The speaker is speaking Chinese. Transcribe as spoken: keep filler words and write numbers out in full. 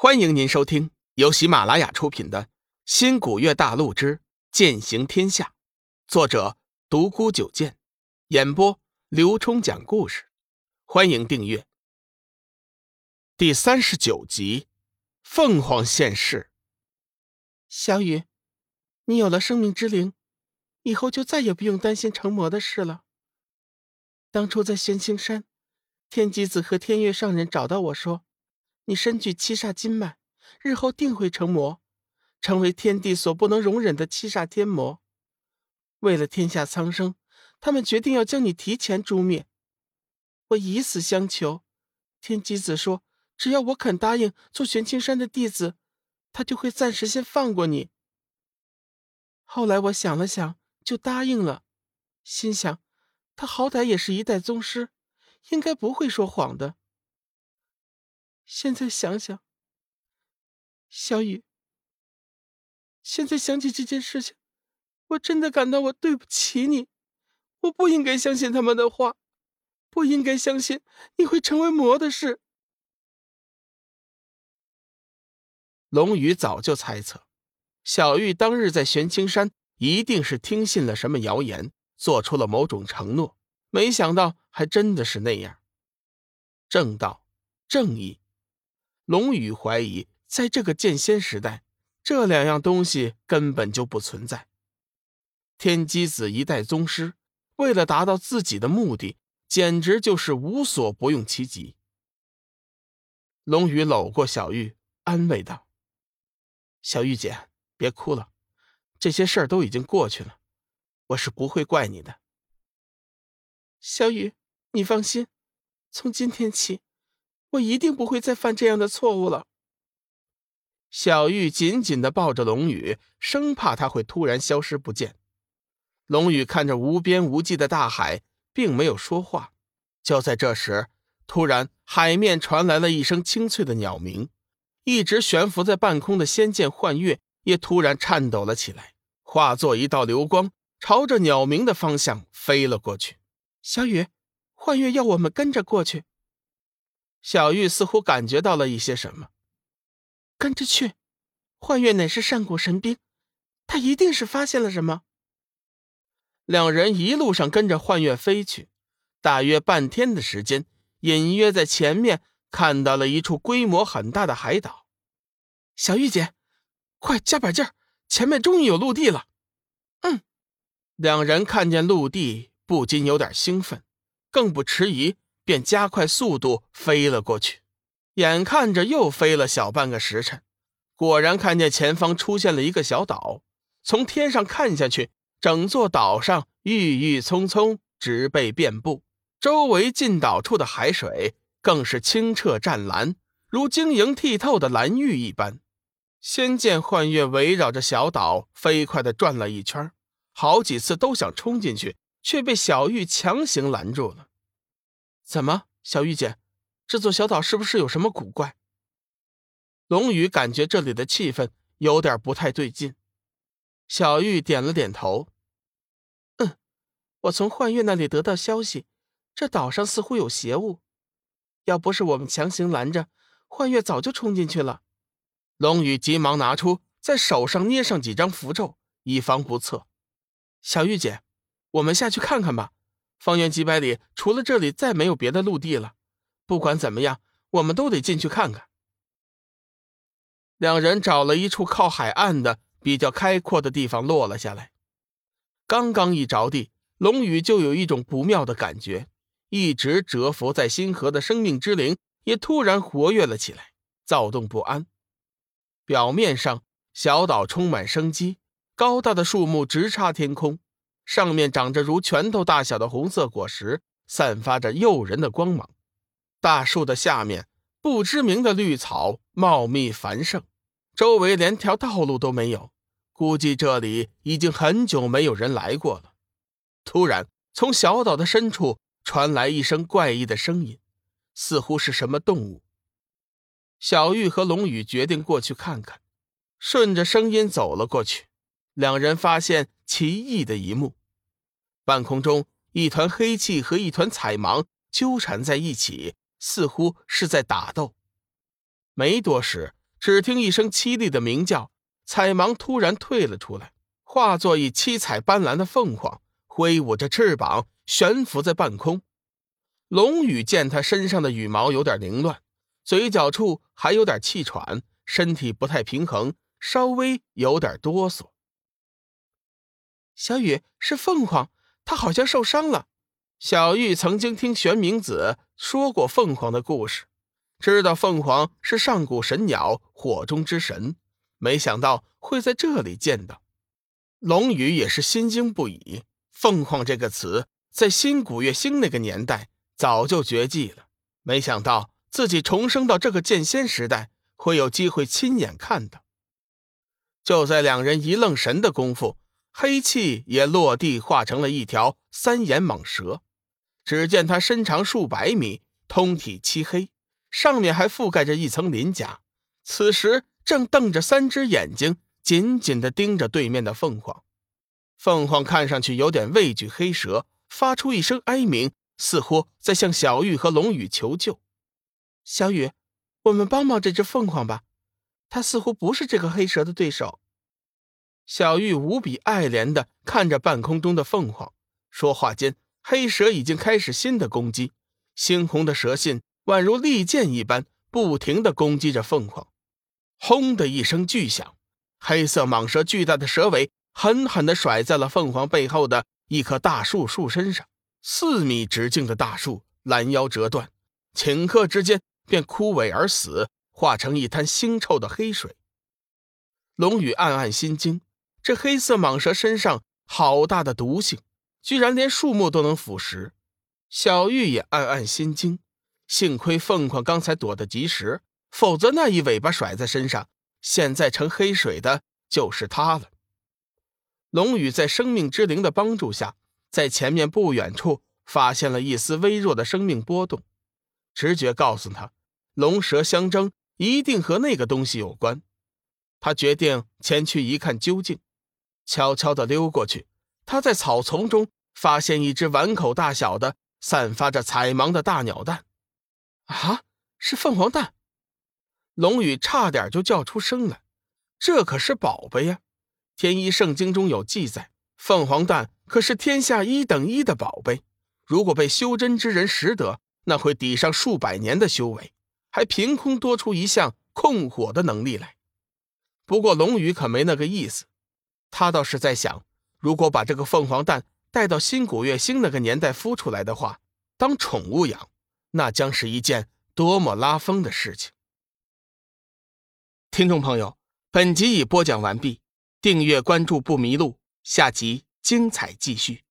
欢迎您收听由喜马拉雅出品的《新古月大陆之剑行天下》，作者独孤九剑，演播刘冲讲故事。欢迎订阅。第三十九集，凤凰现世。 小雨，你有了生命之灵，以后就再也不用担心成魔的事了。当初在玄青山，天机子和天月上人找到我说，你身具七煞金脉，日后定会成魔，成为天地所不能容忍的七煞天魔。为了天下苍生，他们决定要将你提前诛灭。我以死相求，天机子说，只要我肯答应做玄青山的弟子，他就会暂时先放过你。后来我想了想，就答应了，心想他好歹也是一代宗师，应该不会说谎的。现在想想，小雨，现在想起这件事情，我真的感到我对不起你，我不应该相信他们的话，不应该相信你会成为魔的事。 龙宇早就猜测，小玉当日在玄青山一定是听信了什么谣言，做出了某种承诺，没想到还真的是那样。正道、正义，龙宇怀疑在这个剑仙时代，这两样东西根本就不存在。天机子一代宗师，为了达到自己的目的，简直就是无所不用其极。龙宇搂过小玉，安慰道：小玉姐，别哭了，这些事儿都已经过去了，我是不会怪你的。 小雨，你放心，从今天起，我一定不会再犯这样的错误了。 小玉紧紧地抱着龙宇，生怕他会突然消失不见。龙宇看着无边无际的大海，并没有说话。就在这时，突然海面传来了一声清脆的鸟鸣，一直悬浮在半空的仙剑幻月也突然颤抖了起来，化作一道流光，朝着鸟鸣的方向飞了过去。 小雨，幻月要我们跟着过去。 小玉似乎感觉到了一些什么。 跟着去，幻月乃是上古神兵，他一定是发现了什么。 两人一路上跟着幻月飞去，大约半天的时间，隐约在前面看到了一处规模很大的海岛。 小玉姐，快加把劲儿，前面终于有陆地了。 嗯，两人看见陆地，不禁有点兴奋，更不迟疑，便加快速度飞了过去。眼看着又飞了小半个时辰，果然看见前方出现了一个小岛，从天上看下去，整座岛上郁郁葱葱，植被遍布，周围近岛处的海水更是清澈湛蓝，如晶莹剔透的蓝玉一般。仙剑幻月围绕着小岛飞快地转了一圈，好几次都想冲进去，却被小玉强行拦住了。 怎么，小玉姐，这座小岛是不是有什么古怪？ 龙宇感觉这里的气氛有点不太对劲。小玉点了点头。 嗯，我从幻月那里得到消息，这岛上似乎有邪物，要不是我们强行拦着，幻月早就冲进去了。 龙宇急忙拿出，在手上捏上几张符咒，以防不测。 小玉姐，我们下去看看吧，方圆几百里除了这里再没有别的陆地了，不管怎么样，我们都得进去看看。 两人找了一处靠海岸的比较开阔的地方落了下来。刚刚一着地，龙宇就有一种不妙的感觉，一直蛰伏在心河的生命之灵也突然活跃了起来，躁动不安。表面上小岛充满生机，高大的树木直插天空，上面长着如拳头大小的红色果实，散发着诱人的光芒。大树的下面，不知名的绿草茂密繁盛，周围连条道路都没有，估计这里已经很久没有人来过了。突然，从小岛的深处传来一声怪异的声音，似乎是什么动物。小玉和龙宇决定过去看看，顺着声音走了过去。两人发现奇异的一幕，半空中一团黑气和一团彩芒纠缠在一起，似乎是在打斗。没多时， 只听一声凄厉的鸣叫，彩芒突然退了出来，化作一七彩斑斓的凤凰，挥舞着翅膀悬浮在半空。龙宇见他身上的羽毛有点凌乱，嘴角处还有点气喘，身体不太平衡，稍微有点哆嗦。 小雨，是凤凰，它好像受伤了。 小玉曾经听玄冥子说过凤凰的故事，知道凤凰是上古神鸟，火中之神，没想到会在这里见到。龙宇也是心惊不已，凤凰这个词在新古月星那个年代早就绝迹了，没想到自己重生到这个剑仙时代，会有机会亲眼看到。就在两人一愣神的功夫，黑气也落地化成了一条三眼蟒蛇。只见它身长数百米，通体漆黑，上面还覆盖着一层鳞甲，此时正瞪着三只眼睛，紧紧地盯着对面的凤凰。凤凰看上去有点畏惧黑蛇，发出一声哀鸣，似乎在向小玉和龙宇求救。 小雨，我们帮帮这只凤凰吧，它似乎不是这个黑蛇的对手。 小玉无比爱怜地看着半空中的凤凰，说话间，黑蛇已经开始新的攻击，猩红的蛇信宛如利剑一般，不停地攻击着凤凰。轰的一声巨响，黑色蟒蛇巨大的蛇尾狠狠地甩在了凤凰背后的一棵大树树身上，四米直径的大树拦腰折断，顷刻之间便枯萎而死，化成一滩腥臭的黑水。龙宇暗暗心惊，这黑色蟒蛇身上好大的毒性，居然连树木都能腐蚀。小玉也暗暗心惊，幸亏凤凰刚才躲得及时，否则那一尾巴甩在身上，现在成黑水的就是他了。龙宇在生命之灵的帮助下，在前面不远处发现了一丝微弱的生命波动，直觉告诉他，龙蛇相争一定和那个东西有关。他决定前去一看究竟，悄悄地溜过去，他在草丛中发现一只碗口大小的散发着彩芒的大鸟蛋。啊，是凤凰蛋！龙宇差点就叫出声来，这可是宝贝呀！天一圣经中有记载，凤凰蛋可是天下一等一的宝贝，如果被修真之人识得，那会抵上数百年的修为，还凭空多出一项控火的能力来。不过龙宇可没那个意思，他倒是在想，如果把这个凤凰蛋带到新古月星那个年代孵出来的话，当宠物养，那将是一件多么拉风的事情。听众朋友，本集已播讲完毕，订阅关注不迷路，下集精彩继续。